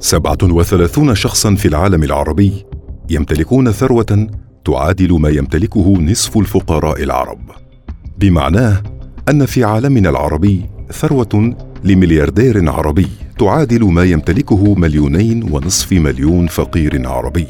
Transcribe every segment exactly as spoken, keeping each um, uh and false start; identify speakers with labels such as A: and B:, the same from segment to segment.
A: سبعة وثلاثون شخصاً في العالم العربي يمتلكون ثروة تعادل ما يمتلكه نصف الفقراء العرب، بمعناه أن في عالمنا العربي ثروة لملياردير عربي تعادل ما يمتلكه مليونين ونصف مليون فقير عربي.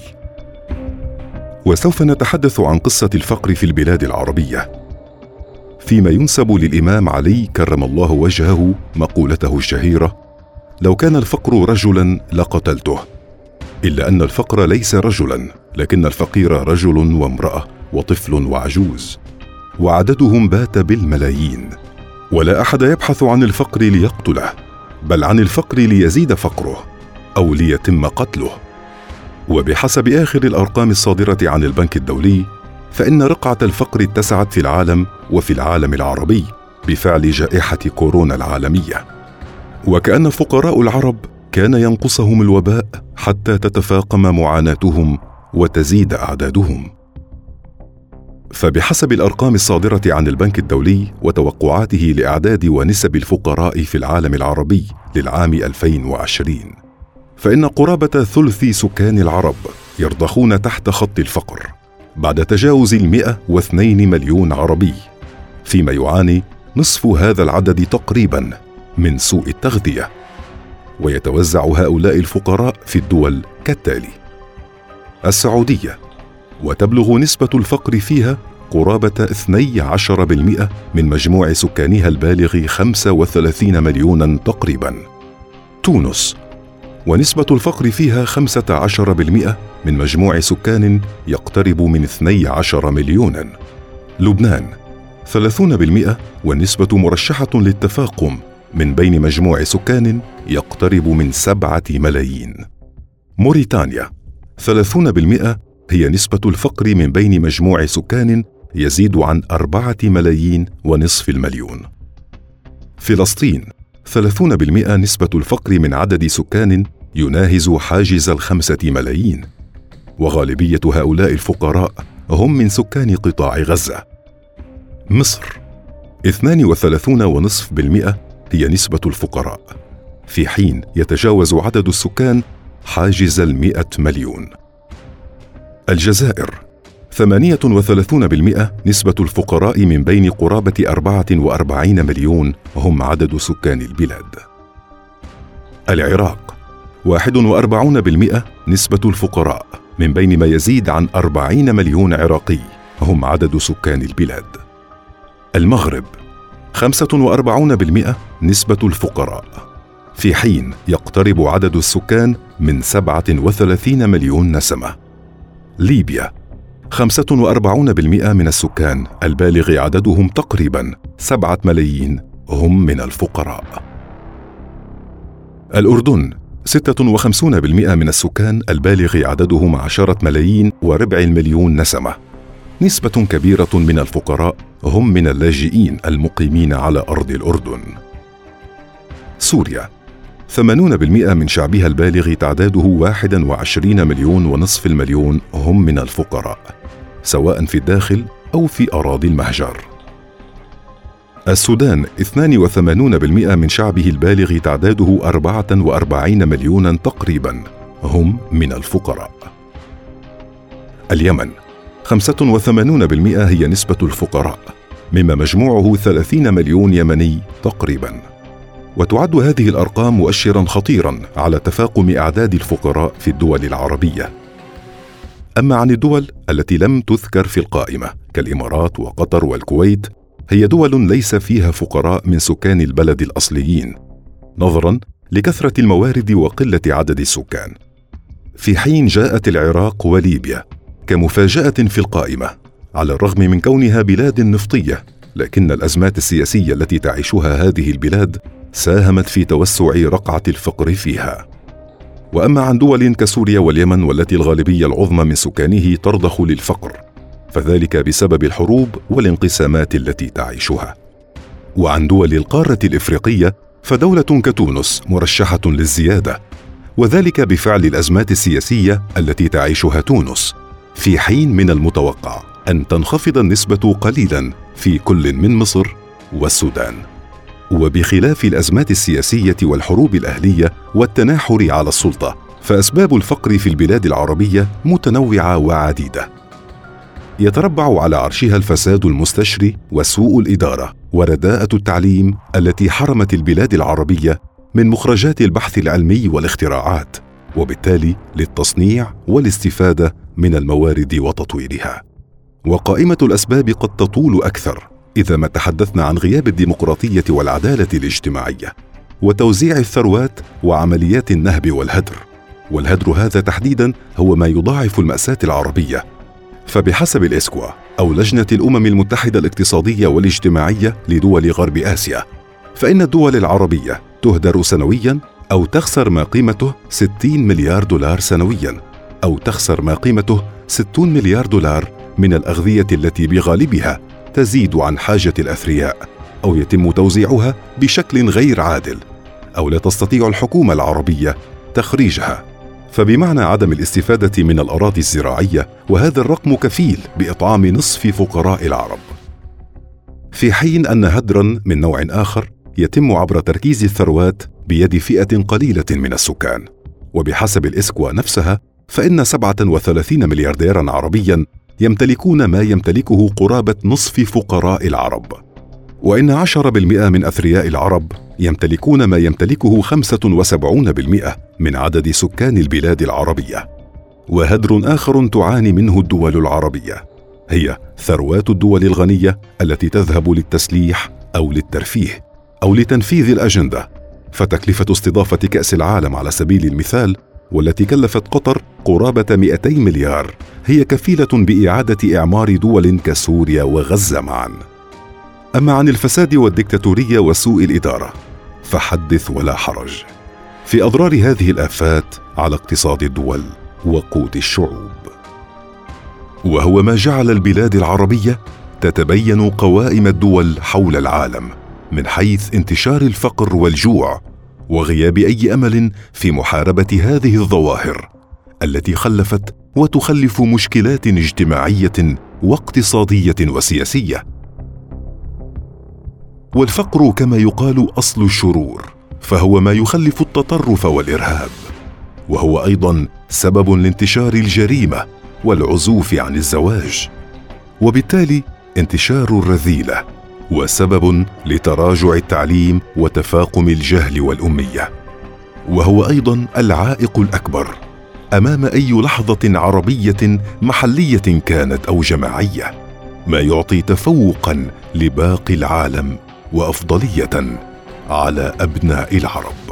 A: وسوف نتحدث عن قصة الفقر في البلاد العربية، فيما ينسب للإمام علي كرم الله وجهه مقولته الشهيرة: لو كان الفقر رجلاً لقتلته. إلا أن الفقر ليس رجلاً، لكن الفقير رجل وامرأة وطفل وعجوز، وعددهم بات بالملايين. ولا أحد يبحث عن الفقر ليقتله، بل عن الفقر ليزيد فقره أو ليتم قتله. وبحسب آخر الأرقام الصادرة عن البنك الدولي، فإن رقعة الفقر اتسعت في العالم وفي العالم العربي بفعل جائحة كورونا العالمية، وكأن فقراء العرب كان ينقصهم الوباء حتى تتفاقم معاناتهم وتزيد أعدادهم. فبحسب الأرقام الصادرة عن البنك الدولي وتوقعاته لأعداد ونسب الفقراء في العالم العربي للعام ألفين وعشرين، فإن قرابة ثلث سكان العرب يرضخون تحت خط الفقر بعد تجاوز المئة واثنين مليون عربي، فيما يعاني نصف هذا العدد تقريبا من سوء التغذية. ويتوزع هؤلاء الفقراء في الدول كالتالي: السعودية، وتبلغ نسبة الفقر فيها قرابة اثني عشر بالمئة من مجموع سكانها البالغ خمسة وثلاثين مليونا تقريبا. تونس، ونسبة الفقر فيها خمسة عشر بالمئة من مجموع سكان يقترب من اثني عشر مليونا. لبنان، ثلاثون بالمئة، والنسبة مرشحة للتفاقم من بين مجموع سكان يقترب من سبعة ملايين. موريتانيا، ثلاثون بالمئة، هي نسبة الفقر من بين مجموع سكان يزيد عن أربعة ملايين ونصف المليون. فلسطين، ثلاثون بالمئة، نسبة الفقر من عدد سكان يناهز حاجز الخمسة ملايين، وغالبية هؤلاء الفقراء هم من سكان قطاع غزة. مصر، اثنان وثلاثون ونصف بالمئة هي نسبة الفقراء، في حين يتجاوز عدد السكان حاجز المئة مليون. الجزائر، ثمانية وثلاثون بالمئة، نسبة الفقراء من بين قرابة أربعة وأربعين مليون هم عدد سكان البلاد. العراق، واحد وأربعون بالمئة، نسبة الفقراء من بين ما يزيد عن أربعين مليون عراقي هم عدد سكان البلاد. المغرب، خمسة وأربعون بالمئة، نسبة الفقراء، في حين يقترب عدد السكان من سبعة وثلاثين مليون نسمة. ليبيا، خمسة وأربعون بالمئة من السكان البالغ عددهم تقريبا سبعة ملايين هم من الفقراء. الأردن، ستة وخمسون بالمئة من السكان البالغ عددهم عشرة ملايين وربع المليون نسمة. نسبة كبيرة من الفقراء هم من اللاجئين المقيمين على أرض الأردن. سوريا، ثمانون بالمئة من شعبها البالغ تعداده واحد وعشرين مليون ونصف المليون هم من الفقراء، سواء في الداخل أو في أراضي المهجر. السودان، اثنان وثمانون بالمئة من شعبه البالغ تعداده أربعة وأربعين مليونا تقريبا هم من الفقراء. اليمن، خمسة وثمانون بالمئة هي نسبة الفقراء، مما مجموعه ثلاثين مليون يمني تقريبا. وتعد هذه الأرقام مؤشرا خطيرا على تفاقم أعداد الفقراء في الدول العربية. أما عن الدول التي لم تذكر في القائمة كالإمارات وقطر والكويت، هي دول ليس فيها فقراء من سكان البلد الأصليين، نظرا لكثرة الموارد وقلة عدد السكان، في حين جاءت العراق وليبيا كمفاجأة في القائمة، على الرغم من كونها بلاد نفطية، لكن الأزمات السياسية التي تعيشها هذه البلاد ساهمت في توسع رقعة الفقر فيها. وأما عن دول كسوريا واليمن والتي الغالبية العظمى من سكانه ترضخ للفقر، فذلك بسبب الحروب والانقسامات التي تعيشها. وعن دول القارة الإفريقية، فدولة كتونس مرشحة للزيادة، وذلك بفعل الأزمات السياسية التي تعيشها تونس، في حين من المتوقع أن تنخفض النسبة قليلا في كل من مصر والسودان. وبخلاف الأزمات السياسية والحروب الأهلية والتناحر على السلطة، فأسباب الفقر في البلاد العربية متنوعة وعديدة. يتربع على عرشها الفساد المستشري وسوء الإدارة ورداءة التعليم التي حرمت البلاد العربية من مخرجات البحث العلمي والاختراعات، وبالتالي للتصنيع والاستفادة من الموارد وتطويرها. وقائمة الأسباب قد تطول أكثر إذا ما تحدثنا عن غياب الديمقراطية والعدالة الاجتماعية وتوزيع الثروات وعمليات النهب والهدر. والهدر هذا تحديداً هو ما يضاعف المأساة العربية. فبحسب الإسكوا أو لجنة الأمم المتحدة الاقتصادية والاجتماعية لدول غرب آسيا، فإن الدول العربية تهدر سنوياً أو تخسر ما قيمته ستين مليار دولار سنوياً، أو تخسر ما قيمته ستون مليار دولار من الأغذية التي بغالبها تزيد عن حاجة الأثرياء، أو يتم توزيعها بشكل غير عادل، أو لا تستطيع الحكومة العربية تخريجها. فبمعنى عدم الاستفادة من الأراضي الزراعية، وهذا الرقم كفيل بإطعام نصف فقراء العرب. في حين أن هدراً من نوع آخر يتم عبر تركيز الثروات بيد فئة قليلة من السكان. وبحسب الإسكوا نفسها، فإن سبعة وثلاثين مليارديراً عربياً يمتلكون ما يمتلكه قرابة نصف فقراء العرب، وإن عشرة بالمئة من أثرياء العرب يمتلكون ما يمتلكه خمسة وسبعين بالمئة من عدد سكان البلاد العربية. وهدر آخر تعاني منه الدول العربية هي ثروات الدول الغنية التي تذهب للتسليح أو للترفيه أو لتنفيذ الأجندة. فتكلفة استضافة كأس العالم على سبيل المثال، والتي كلفت قطر قرابة مئتي مليار، هي كفيلة بإعادة إعمار دول كسوريا وغزة معا. أما عن الفساد والديكتاتورية وسوء الإدارة فحدث ولا حرج في أضرار هذه الآفات على اقتصاد الدول وقوت الشعوب، وهو ما جعل البلاد العربية تتبين قوائم الدول حول العالم من حيث انتشار الفقر والجوع وغياب أي أمل في محاربة هذه الظواهر التي خلفت وتخلف مشكلات اجتماعية واقتصادية وسياسية. والفقر كما يقال أصل الشرور، فهو ما يخلف التطرف والإرهاب، وهو أيضا سبب لانتشار الجريمة والعزوف عن الزواج، وبالتالي انتشار الرذيلة، وسبب لتراجع التعليم وتفاقم الجهل والأمية، وهو أيضا العائق الأكبر أمام أي لحظة عربية محلية كانت أو جماعية، ما يعطي تفوقا لباقي العالم وأفضلية على أبناء العرب.